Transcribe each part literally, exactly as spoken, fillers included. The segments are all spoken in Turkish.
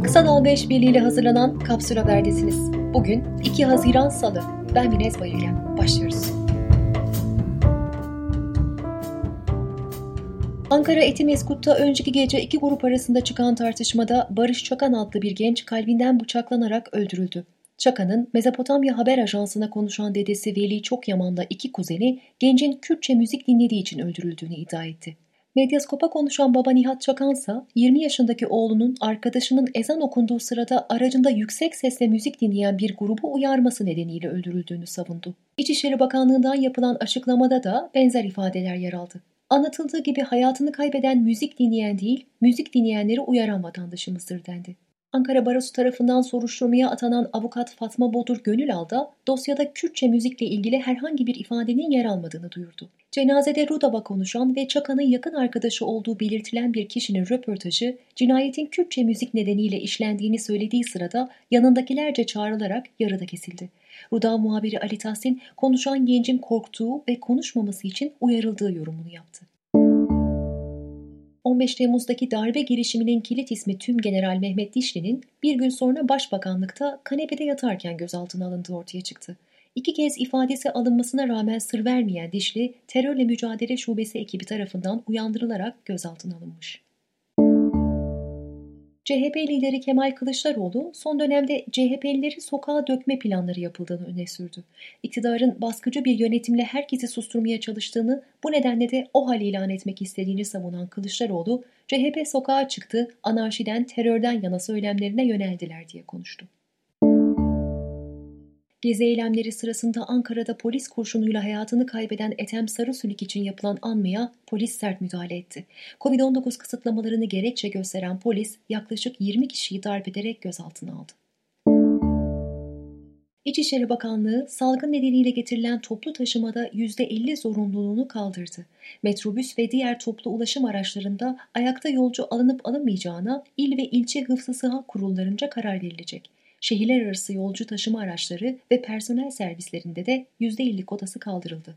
Kısa Dalga İşbirliği'yle hazırlanan Kapsül Haber'desiniz. Bugün iki Haziran Salı. Ben Minez Bayırgen. Başlıyoruz. Ankara Etimeskut'ta önceki gece iki grup arasında çıkan tartışmada Barış Çakan adlı bir genç kalbinden bıçaklanarak öldürüldü. Çakan'ın Mezopotamya Haber Ajansı'na konuşan dedesi Veli Çokyaman'la iki kuzeni gencin Kürtçe müzik dinlediği için öldürüldüğünü iddia etti. Medyaskop'a konuşan baba Nihat Çakansa yirmi yaşındaki oğlunun arkadaşının ezan okunduğu sırada aracında yüksek sesle müzik dinleyen bir grubu uyarması nedeniyle öldürüldüğünü savundu. İçişleri Bakanlığı'ndan yapılan açıklamada da benzer ifadeler yer aldı. Anlatıldığı gibi hayatını kaybeden müzik dinleyen değil, müzik dinleyenleri uyaran vatandaşımızdır dendi. Ankara Barosu tarafından soruşturmaya atanan avukat Fatma Bodur Gönülal'da da dosyada Kürtçe müzikle ilgili herhangi bir ifadenin yer almadığını duyurdu. Cenazede Rudab'a konuşan ve Çakan'ın yakın arkadaşı olduğu belirtilen bir kişinin röportajı, cinayetin Kürtçe müzik nedeniyle işlendiğini söylediği sırada yanındakilerce çağrılarak yarıda kesildi. Ruda muhabiri Ali Tahsin, konuşan gencin korktuğu ve konuşmaması için uyarıldığı yorumunu yaptı. on beş Temmuz'daki darbe girişiminin kilit ismi Tümgeneral Mehmet Dişli'nin bir gün sonra Başbakanlıkta kanepede yatarken gözaltına alındığı ortaya çıktı. İki kez ifadesi alınmasına rağmen sır vermeyen Dişli, Terörle Mücadele Şubesi ekibi tarafından uyandırılarak gözaltına alınmış. C H P lideri Kemal Kılıçdaroğlu son dönemde C H P'lileri sokağa dökme planları yapıldığını öne sürdü. İktidarın baskıcı bir yönetimle herkesi susturmaya çalıştığını, bu nedenle de o hal ilan etmek istediğini savunan Kılıçdaroğlu, C H P sokağa çıktı, anarşiden, terörden yana söylemlerine yöneldiler diye konuştu. Gezi eylemleri sırasında Ankara'da polis kurşunuyla hayatını kaybeden Ethem Sarısülük için yapılan anmaya polis sert müdahale etti. kovid on dokuz kısıtlamalarını gerekçe gösteren polis yaklaşık yirmi kişiyi darp ederek gözaltına aldı. İçişleri Bakanlığı salgın nedeniyle getirilen toplu taşımada yüzde elli zorunluluğunu kaldırdı. Metrobüs ve diğer toplu ulaşım araçlarında ayakta yolcu alınıp alınmayacağına il ve ilçe hıfzı sıha kurullarınca karar verilecek. Şehirler arası yolcu taşıma araçları ve personel servislerinde de yüzde elli kotası kaldırıldı.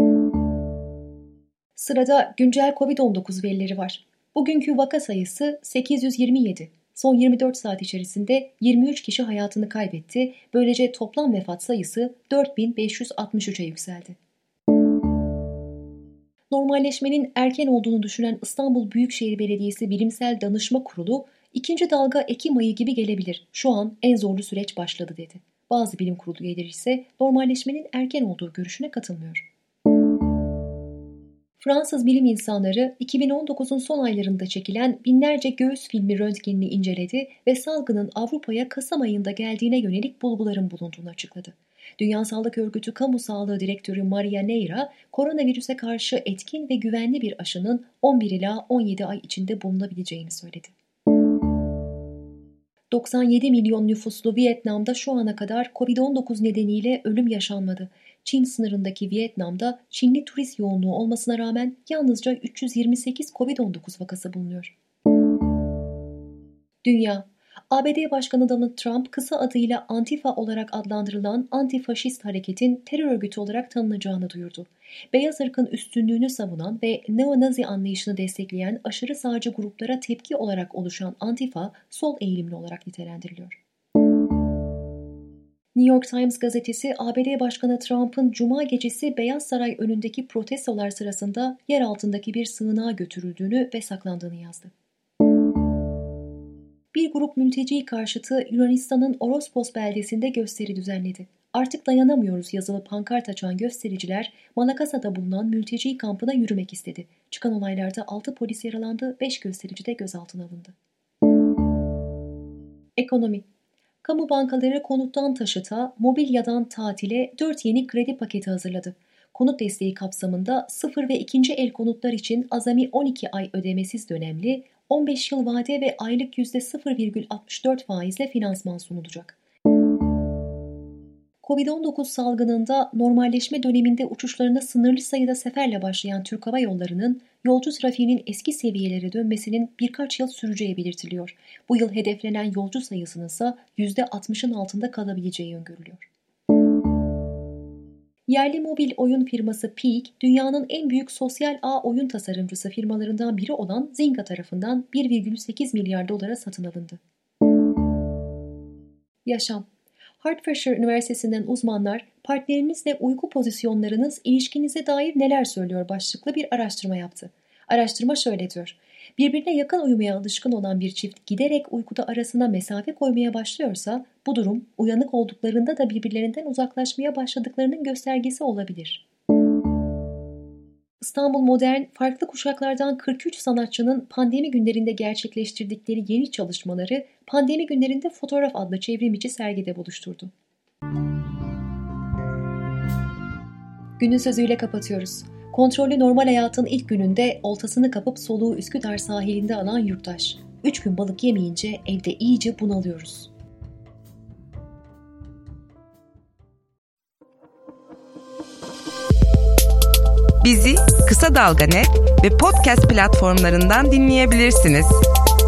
Sırada güncel kovid on dokuz verileri var. Bugünkü vaka sayısı sekiz yüz yirmi yedi. Son yirmi dört saat içerisinde yirmi üç kişi hayatını kaybetti. Böylece toplam vefat sayısı dört bin beş yüz altmış üçe yükseldi. Normalleşmenin erken olduğunu düşünen İstanbul Büyükşehir Belediyesi Bilimsel Danışma Kurulu, İkinci dalga Ekim ayı gibi gelebilir. Şu an en zorlu süreç başladı dedi. Bazı bilim kurulu üyeleri ise normalleşmenin erken olduğu görüşüne katılmıyor. Fransız bilim insanları iki bin on dokuzun son aylarında çekilen binlerce göğüs filmi röntgenini inceledi ve salgının Avrupa'ya Kasım ayında geldiğine yönelik bulguların bulunduğunu açıkladı. Dünya Sağlık Örgütü Kamu Sağlığı Direktörü Maria Neira, koronavirüse karşı etkin ve güvenli bir aşının on bir ila on yedi ay içinde bulunabileceğini söyledi. doksan yedi milyon nüfuslu Vietnam'da şu ana kadar kovid on dokuz nedeniyle ölüm yaşanmadı. Çin sınırındaki Vietnam'da Çinli turist yoğunluğu olmasına rağmen yalnızca üç yüz yirmi sekiz kovid on dokuz vakası bulunuyor. Dünya, A B D Başkanı Donald Trump kısa adıyla Antifa olarak adlandırılan antifaşist hareketin terör örgütü olarak tanınacağını duyurdu. Beyaz ırkın üstünlüğünü savunan ve neo-nazi anlayışını destekleyen aşırı sağcı gruplara tepki olarak oluşan Antifa, sol eğilimli olarak nitelendiriliyor. New York Times gazetesi A B D Başkanı Trump'ın Cuma gecesi Beyaz Saray önündeki protestolar sırasında yer altındaki bir sığınağa götürüldüğünü ve saklandığını yazdı. Bir grup mülteci karşıtı Yunanistan'ın Orospos beldesinde gösteri düzenledi. Artık dayanamıyoruz yazılı pankart açan göstericiler Malakasa'da bulunan mülteci kampına yürümek istedi. Çıkan olaylarda altı polis yaralandı, beş gösterici de gözaltına alındı. Ekonomi. Kamu bankaları konuttan taşıta, mobilyadan tatile dört yeni kredi paketi hazırladı. Konut desteği kapsamında sıfır ve ikinci el konutlar için azami on iki ay ödemesiz dönemli, on beş yıl vade ve aylık yüzde sıfır virgül altmış dört faizle finansman sunulacak. kovid on dokuz salgınında normalleşme döneminde uçuşlarına sınırlı sayıda seferle başlayan Türk Hava Yolları'nın yolcu trafiğinin eski seviyelere dönmesinin birkaç yıl süreceği belirtiliyor. Bu yıl hedeflenen yolcu sayısının ise yüzde altmışın altında kalabileceği öngörülüyor. Yerli mobil oyun firması Peak, dünyanın en büyük sosyal ağ oyun tasarımcısı firmalarından biri olan Zynga tarafından bir virgül sekiz milyar dolara satın alındı. Yaşam. Hertfordshire Üniversitesi'nden uzmanlar, partnerinizle uyku pozisyonlarınız ilişkinize dair neler söylüyor başlıklı bir araştırma yaptı. Araştırma şöyle diyor. Birbirine yakın uyumaya alışkın olan bir çift giderek uykuda arasına mesafe koymaya başlıyorsa, bu durum uyanık olduklarında da birbirlerinden uzaklaşmaya başladıklarının göstergesi olabilir. İstanbul Modern, farklı kuşaklardan kırk üç sanatçının pandemi günlerinde gerçekleştirdikleri yeni çalışmaları Pandemi Günlerinde Fotoğraf adlı çevrimiçi sergide buluşturdu. Günün sözüyle kapatıyoruz. Kontrollü normal hayatın ilk gününde oltasını kapıp soluğu Üsküdar sahilinde alan yurttaş. Üç gün balık yemeyince evde iyice bunalıyoruz. Bizi Kısa Dalga Net ve podcast platformlarından dinleyebilirsiniz.